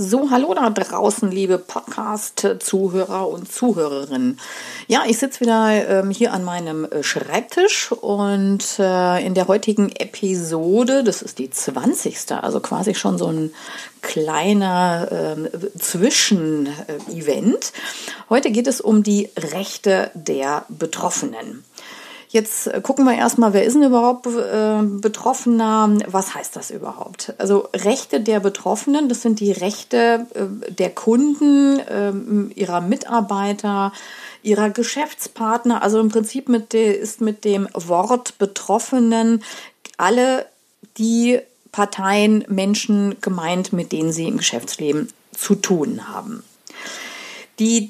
So, hallo da draußen, liebe Podcast-Zuhörer und Zuhörerinnen. Ja, ich sitze wieder hier an meinem Schreibtisch und in der heutigen Episode, das ist die 20., also quasi schon so ein kleiner Zwischenevent. Heute geht es um die Rechte der Betroffenen. Jetzt gucken wir erstmal, wer ist denn überhaupt Betroffener? Was heißt das überhaupt? Also Rechte der Betroffenen, das sind die Rechte der Kunden, ihrer Mitarbeiter, ihrer Geschäftspartner. Also im Prinzip ist mit dem Wort Betroffenen alle die Parteien, Menschen gemeint, mit denen sie im Geschäftsleben zu tun haben. Die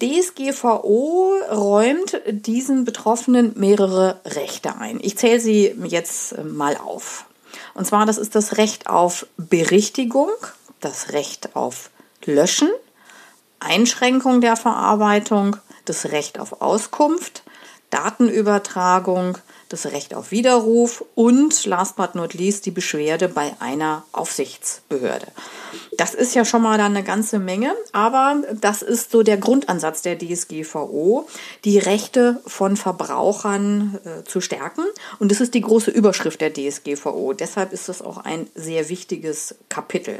DSGVO räumt diesen Betroffenen mehrere Rechte ein. Ich zähle sie jetzt mal auf. Und zwar, das ist das Recht auf Berichtigung, das Recht auf Löschen, Einschränkung der Verarbeitung, das Recht auf Auskunft, Datenübertragung, das Recht auf Widerruf und last but not least die Beschwerde bei einer Aufsichtsbehörde. Das ist ja schon mal dann eine ganze Menge, aber das ist so der Grundansatz der DSGVO, die Rechte von Verbrauchern zu stärken. Und das ist die große Überschrift der DSGVO. Deshalb ist das auch ein sehr wichtiges Kapitel.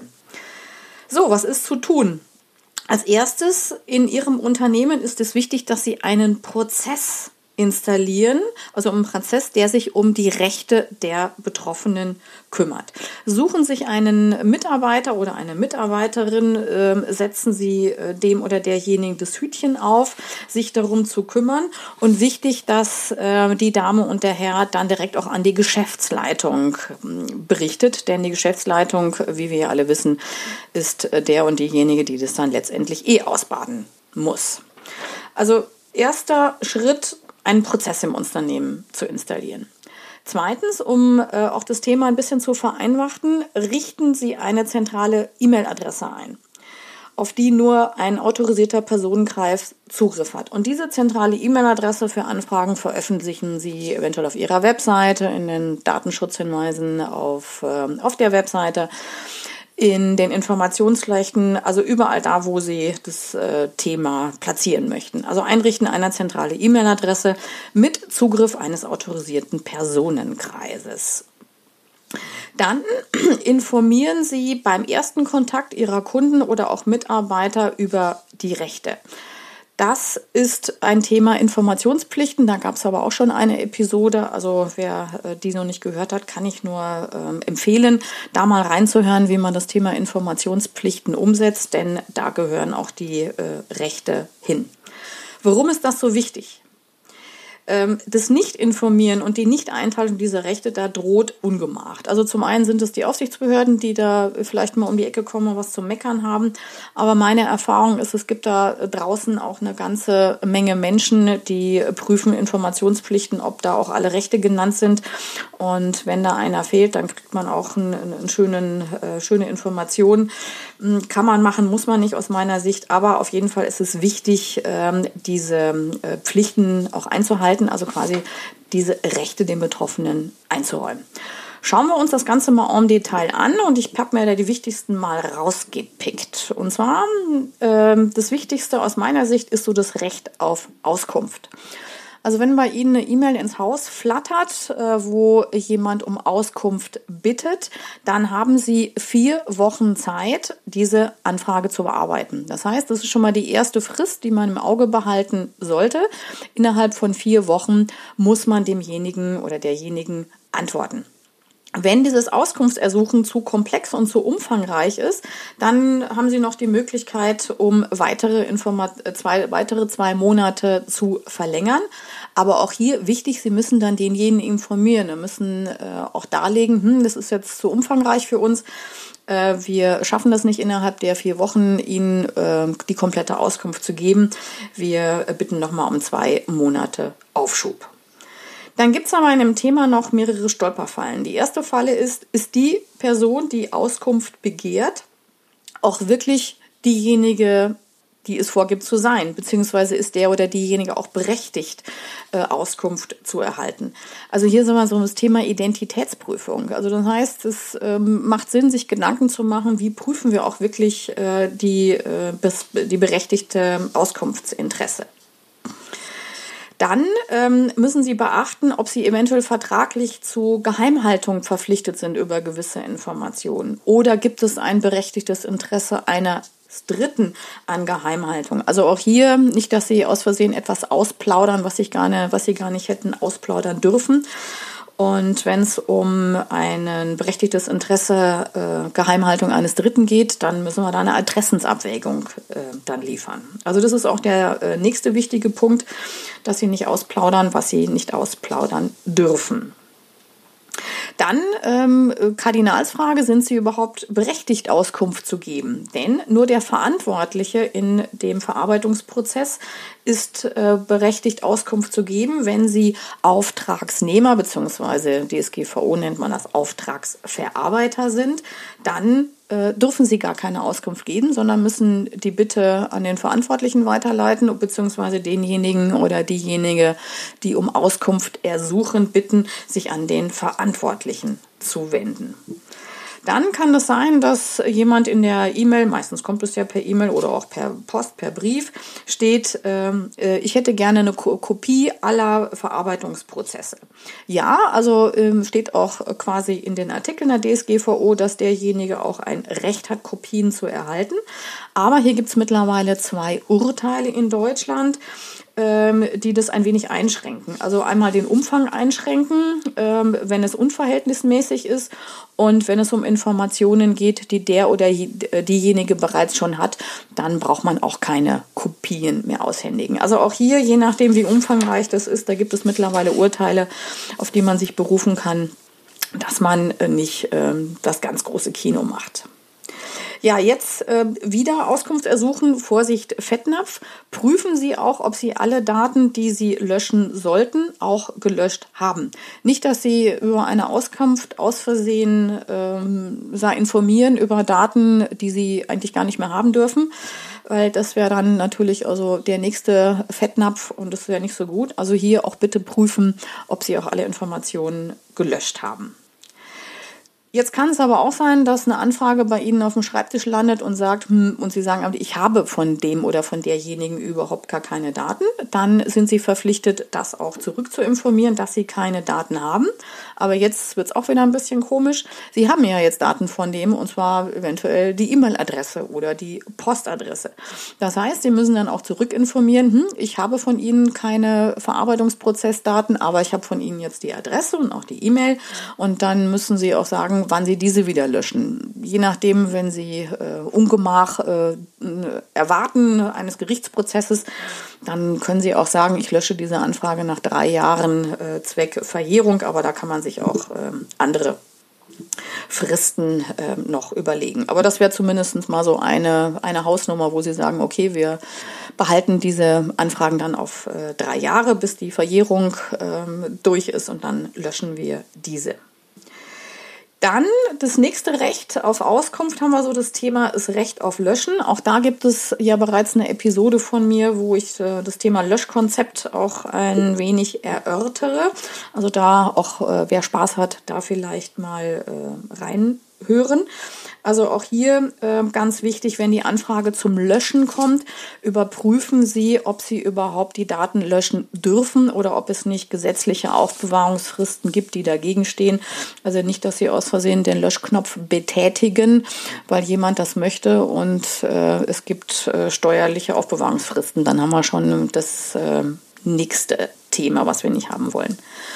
So, was ist zu tun? Als erstes in Ihrem Unternehmen ist es wichtig, dass Sie einen Prozess installieren, also einen Prozess, der sich um die Rechte der Betroffenen kümmert. Suchen sich einen Mitarbeiter oder eine Mitarbeiterin, setzen Sie dem oder derjenigen das Hütchen auf, sich darum zu kümmern. Und wichtig, dass die Dame und der Herr dann direkt auch an die Geschäftsleitung berichtet, denn die Geschäftsleitung, wie wir ja alle wissen, ist der und diejenige, die das dann letztendlich ausbaden muss. Also erster Schritt, einen Prozess im Unternehmen zu installieren. Zweitens, um auch das Thema ein bisschen zu vereinfachen, richten Sie eine zentrale E-Mail-Adresse ein, auf die nur ein autorisierter Personenkreis Zugriff hat. Und diese zentrale E-Mail-Adresse für Anfragen veröffentlichen Sie eventuell auf Ihrer Webseite, in den Datenschutzhinweisen auf der Webseite, in den Informationsflächen, also überall da, wo Sie das Thema platzieren möchten. Also Einrichten einer zentralen E-Mail-Adresse mit Zugriff eines autorisierten Personenkreises. Dann informieren Sie beim ersten Kontakt Ihrer Kunden oder auch Mitarbeiter über die Rechte. Das ist ein Thema Informationspflichten. Da gab es aber auch schon eine Episode. Also wer die noch nicht gehört hat, kann ich nur empfehlen, da mal reinzuhören, wie man das Thema Informationspflichten umsetzt. Denn da gehören auch die Rechte hin. Warum ist das so wichtig? Das Nicht-Informieren und die Nicht-Einhaltung dieser Rechte, da droht Ungemach. Also zum einen sind es die Aufsichtsbehörden, die da vielleicht mal um die Ecke kommen und was zu meckern haben. Aber meine Erfahrung ist, es gibt da draußen auch eine ganze Menge Menschen, die prüfen Informationspflichten, ob da auch alle Rechte genannt sind. Und wenn da einer fehlt, dann kriegt man auch eine schöne Information. Kann man machen, muss man nicht aus meiner Sicht. Aber auf jeden Fall ist es wichtig, diese Pflichten auch einzuhalten. Also quasi diese Rechte den Betroffenen einzuräumen. Schauen wir uns das Ganze mal im Detail an und ich habe mir da die wichtigsten mal rausgepickt. Und zwar das Wichtigste aus meiner Sicht ist so das Recht auf Auskunft. Also wenn bei Ihnen eine E-Mail ins Haus flattert, wo jemand um Auskunft bittet, dann haben Sie 4 Wochen Zeit, diese Anfrage zu bearbeiten. Das heißt, das ist schon mal die erste Frist, die man im Auge behalten sollte. Innerhalb von 4 Wochen muss man demjenigen oder derjenigen antworten. Wenn dieses Auskunftsersuchen zu komplex und zu umfangreich ist, dann haben Sie noch die Möglichkeit, um weitere 2 Monate zu verlängern. Aber auch hier wichtig, Sie müssen dann denjenigen informieren. Sie müssen auch darlegen, das ist jetzt zu umfangreich für uns. Wir schaffen das nicht innerhalb der 4 Wochen, Ihnen die komplette Auskunft zu geben. Wir bitten nochmal um 2 Monate Aufschub. Dann gibt es aber in dem Thema noch mehrere Stolperfallen. Die erste Falle ist die Person, die Auskunft begehrt, auch wirklich diejenige, die es vorgibt zu sein, beziehungsweise ist der oder diejenige auch berechtigt, Auskunft zu erhalten. Also hier sind wir so das Thema Identitätsprüfung. Also das heißt, es macht Sinn, sich Gedanken zu machen, wie prüfen wir auch wirklich die berechtigte Auskunftsinteresse. Dann müssen Sie beachten, ob Sie eventuell vertraglich zu Geheimhaltung verpflichtet sind über gewisse Informationen. Oder gibt es ein berechtigtes Interesse einer Dritten an Geheimhaltung. Also auch hier nicht, dass Sie aus Versehen etwas ausplaudern, was Sie gar nicht hätten ausplaudern dürfen. Und wenn es um ein berechtigtes Interesse Geheimhaltung eines Dritten geht, dann müssen wir da eine Interessensabwägung dann liefern. Also das ist auch der nächste wichtige Punkt, dass Sie nicht ausplaudern, was Sie nicht ausplaudern dürfen. Dann Kardinalsfrage, sind Sie überhaupt berechtigt, Auskunft zu geben? Denn nur der Verantwortliche in dem Verarbeitungsprozess ist berechtigt, Auskunft zu geben, wenn Sie Auftragsnehmer bzw. DSGVO nennt man das Auftragsverarbeiter sind, dann dürfen Sie gar keine Auskunft geben, sondern müssen die Bitte an den Verantwortlichen weiterleiten bzw. denjenigen oder diejenige, die um Auskunft ersuchen, bitten, sich an den Verantwortlichen zu wenden. Dann kann es sein, dass jemand in der E-Mail, meistens kommt es ja per E-Mail oder auch per Post, per Brief, steht, ich hätte gerne eine Kopie aller Verarbeitungsprozesse. Ja, also steht auch quasi in den Artikeln der DSGVO, dass derjenige auch ein Recht hat, Kopien zu erhalten. Aber hier gibt es mittlerweile 2 Urteile in Deutschland, die das ein wenig einschränken. Also einmal den Umfang einschränken, wenn es unverhältnismäßig ist und wenn es um Informationen geht, die der oder diejenige bereits schon hat, dann braucht man auch keine Kopien mehr aushändigen. Also auch hier, je nachdem wie umfangreich das ist, da gibt es mittlerweile Urteile, auf die man sich berufen kann, dass man nicht das ganz große Kino macht. Ja, jetzt wieder Auskunft ersuchen. Vorsicht, Fettnapf. Prüfen Sie auch, ob Sie alle Daten, die Sie löschen sollten, auch gelöscht haben. Nicht, dass Sie über eine Auskunft aus Versehen informieren über Daten, die Sie eigentlich gar nicht mehr haben dürfen, weil das wäre dann natürlich also der nächste Fettnapf und das wäre nicht so gut. Also hier auch bitte prüfen, ob Sie auch alle Informationen gelöscht haben. Jetzt kann es aber auch sein, dass eine Anfrage bei Ihnen auf dem Schreibtisch landet und sagt, und Sie sagen, ich habe von dem oder von derjenigen überhaupt gar keine Daten. Dann sind Sie verpflichtet, das auch zurückzuinformieren, dass Sie keine Daten haben. Aber jetzt wird es auch wieder ein bisschen komisch. Sie haben ja jetzt Daten von dem, und zwar eventuell die E-Mail-Adresse oder die Postadresse. Das heißt, Sie müssen dann auch zurückinformieren, ich habe von Ihnen keine Verarbeitungsprozessdaten, aber ich habe von Ihnen jetzt die Adresse und auch die E-Mail. Und dann müssen Sie auch sagen, wann Sie diese wieder löschen. Je nachdem, wenn Sie Ungemach erwarten eines Gerichtsprozesses, dann können Sie auch sagen, ich lösche diese Anfrage nach 3 Jahren Zweck Verjährung, aber da kann man sich auch andere Fristen noch überlegen. Aber das wäre zumindest mal so eine Hausnummer, wo Sie sagen, okay, wir behalten diese Anfragen dann auf 3 Jahre, bis die Verjährung durch ist und dann löschen wir diese. Dann das nächste Recht auf Auskunft haben wir so das Thema ist Recht auf Löschen. Auch da gibt es ja bereits eine Episode von mir, wo ich das Thema Löschkonzept auch ein wenig erörtere. Also da auch, wer Spaß hat, da vielleicht mal reinhören. Also auch hier ganz wichtig, wenn die Anfrage zum Löschen kommt, überprüfen Sie, ob Sie überhaupt die Daten löschen dürfen oder ob es nicht gesetzliche Aufbewahrungsfristen gibt, die dagegen stehen. Also nicht, dass Sie aus Versehen den Löschknopf betätigen, weil jemand das möchte und es gibt steuerliche Aufbewahrungsfristen. Dann haben wir schon das nächste Thema, was wir nicht haben wollen.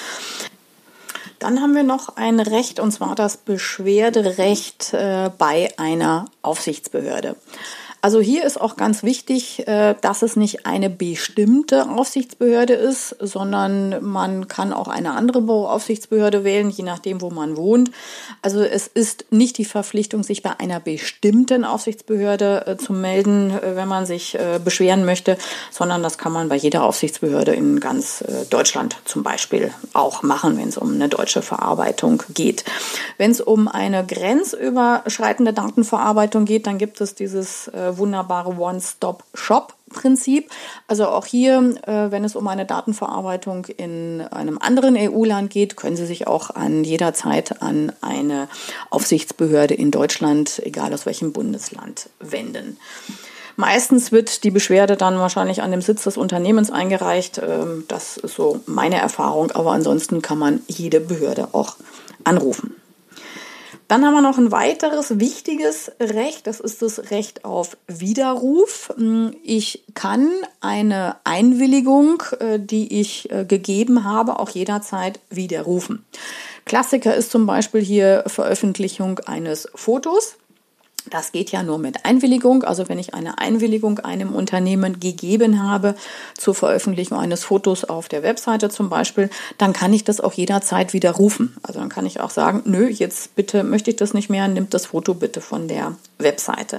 Dann haben wir noch ein Recht, und zwar das Beschwerderecht bei einer Aufsichtsbehörde. Also hier ist auch ganz wichtig, dass es nicht eine bestimmte Aufsichtsbehörde ist, sondern man kann auch eine andere Aufsichtsbehörde wählen, je nachdem, wo man wohnt. Also es ist nicht die Verpflichtung, sich bei einer bestimmten Aufsichtsbehörde zu melden, wenn man sich beschweren möchte, sondern das kann man bei jeder Aufsichtsbehörde in ganz Deutschland zum Beispiel auch machen, wenn es um eine deutsche Verarbeitung geht. Wenn es um eine grenzüberschreitende Datenverarbeitung geht, dann gibt es dieses wunderbare One-Stop-Shop-Prinzip. Also auch hier, wenn es um eine Datenverarbeitung in einem anderen EU-Land geht, können Sie sich auch jederzeit an eine Aufsichtsbehörde in Deutschland, egal aus welchem Bundesland, wenden. Meistens wird die Beschwerde dann wahrscheinlich an dem Sitz des Unternehmens eingereicht. Das ist so meine Erfahrung, aber ansonsten kann man jede Behörde auch anrufen. Dann haben wir noch ein weiteres wichtiges Recht, das ist das Recht auf Widerruf. Ich kann eine Einwilligung, die ich gegeben habe, auch jederzeit widerrufen. Klassiker ist zum Beispiel hier Veröffentlichung eines Fotos. Das geht ja nur mit Einwilligung. Also wenn ich eine Einwilligung einem Unternehmen gegeben habe zur Veröffentlichung eines Fotos auf der Webseite zum Beispiel, dann kann ich das auch jederzeit widerrufen. Also dann kann ich auch sagen, nö, jetzt bitte möchte ich das nicht mehr, nimmt das Foto bitte von der Webseite.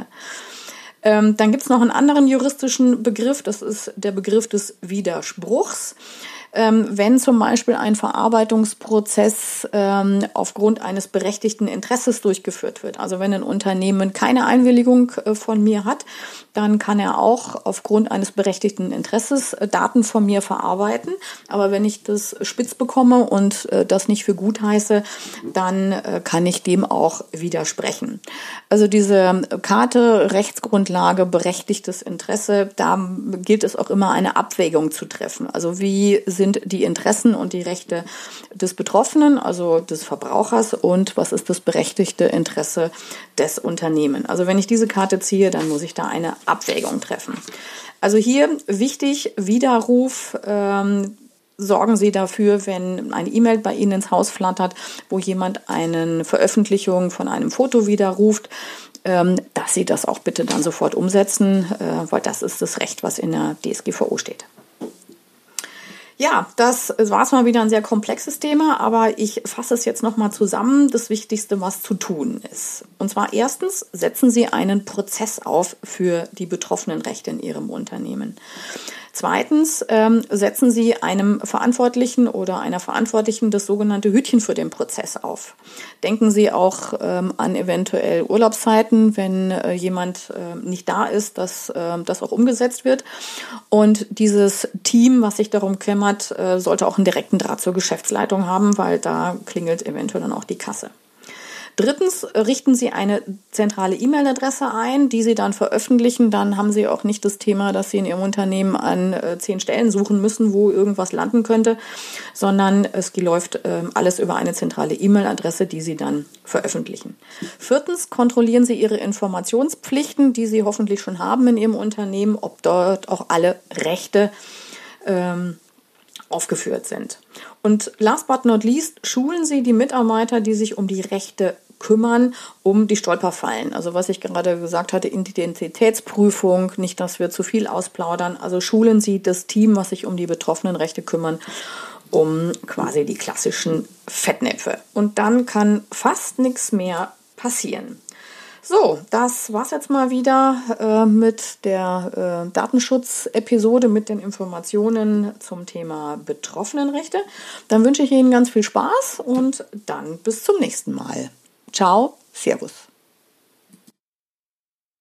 Dann gibt es noch einen anderen juristischen Begriff, das ist der Begriff des Widerspruchs. Wenn zum Beispiel ein Verarbeitungsprozess aufgrund eines berechtigten Interesses durchgeführt wird. Also wenn ein Unternehmen keine Einwilligung von mir hat, dann kann er auch aufgrund eines berechtigten Interesses Daten von mir verarbeiten. Aber wenn ich das spitz bekomme und das nicht für gut heiße, dann kann ich dem auch widersprechen. Also diese Karte, Rechtsgrundlage, berechtigtes Interesse, da gilt es auch immer eine Abwägung zu treffen. Also wie sind die Interessen und die Rechte des Betroffenen, also des Verbrauchers, und was ist das berechtigte Interesse des Unternehmens. Also wenn ich diese Karte ziehe, dann muss ich da eine Abwägung treffen. Also hier wichtig, Widerruf, sorgen Sie dafür, wenn eine E-Mail bei Ihnen ins Haus flattert, wo jemand eine Veröffentlichung von einem Foto widerruft, dass Sie das auch bitte dann sofort umsetzen, weil das ist das Recht, was in der DSGVO steht. Ja, das war es mal wieder ein sehr komplexes Thema, aber ich fasse es jetzt nochmal zusammen. Das Wichtigste, was zu tun ist. Und zwar erstens, setzen Sie einen Prozess auf für die betroffenen Rechte in Ihrem Unternehmen. Zweitens, setzen Sie einem Verantwortlichen oder einer Verantwortlichen das sogenannte Hütchen für den Prozess auf. Denken Sie auch an eventuell Urlaubszeiten, wenn jemand nicht da ist, dass das auch umgesetzt wird. Und dieses Team, was sich darum kümmert, sollte auch einen direkten Draht zur Geschäftsleitung haben, weil da klingelt eventuell dann auch die Kasse. Drittens, richten Sie eine zentrale E-Mail-Adresse ein, die Sie dann veröffentlichen. Dann haben Sie auch nicht das Thema, dass Sie in Ihrem Unternehmen an 10 Stellen suchen müssen, wo irgendwas landen könnte, sondern es läuft alles über eine zentrale E-Mail-Adresse, die Sie dann veröffentlichen. Viertens, kontrollieren Sie Ihre Informationspflichten, die Sie hoffentlich schon haben in Ihrem Unternehmen, ob dort auch alle Rechte aufgeführt sind. Und last but not least, schulen Sie die Mitarbeiter, die sich um die Rechte kümmern, um die Stolperfallen. Also was ich gerade gesagt hatte, Identitätsprüfung, nicht, dass wir zu viel ausplaudern. Also schulen Sie das Team, was sich um die betroffenen Rechte kümmern, um quasi die klassischen Fettnäpfe. Und dann kann fast nichts mehr passieren. So, das war's jetzt mal wieder mit der Datenschutz-Episode mit den Informationen zum Thema Betroffenenrechte. Dann wünsche ich Ihnen ganz viel Spaß und dann bis zum nächsten Mal. Ciao, Servus.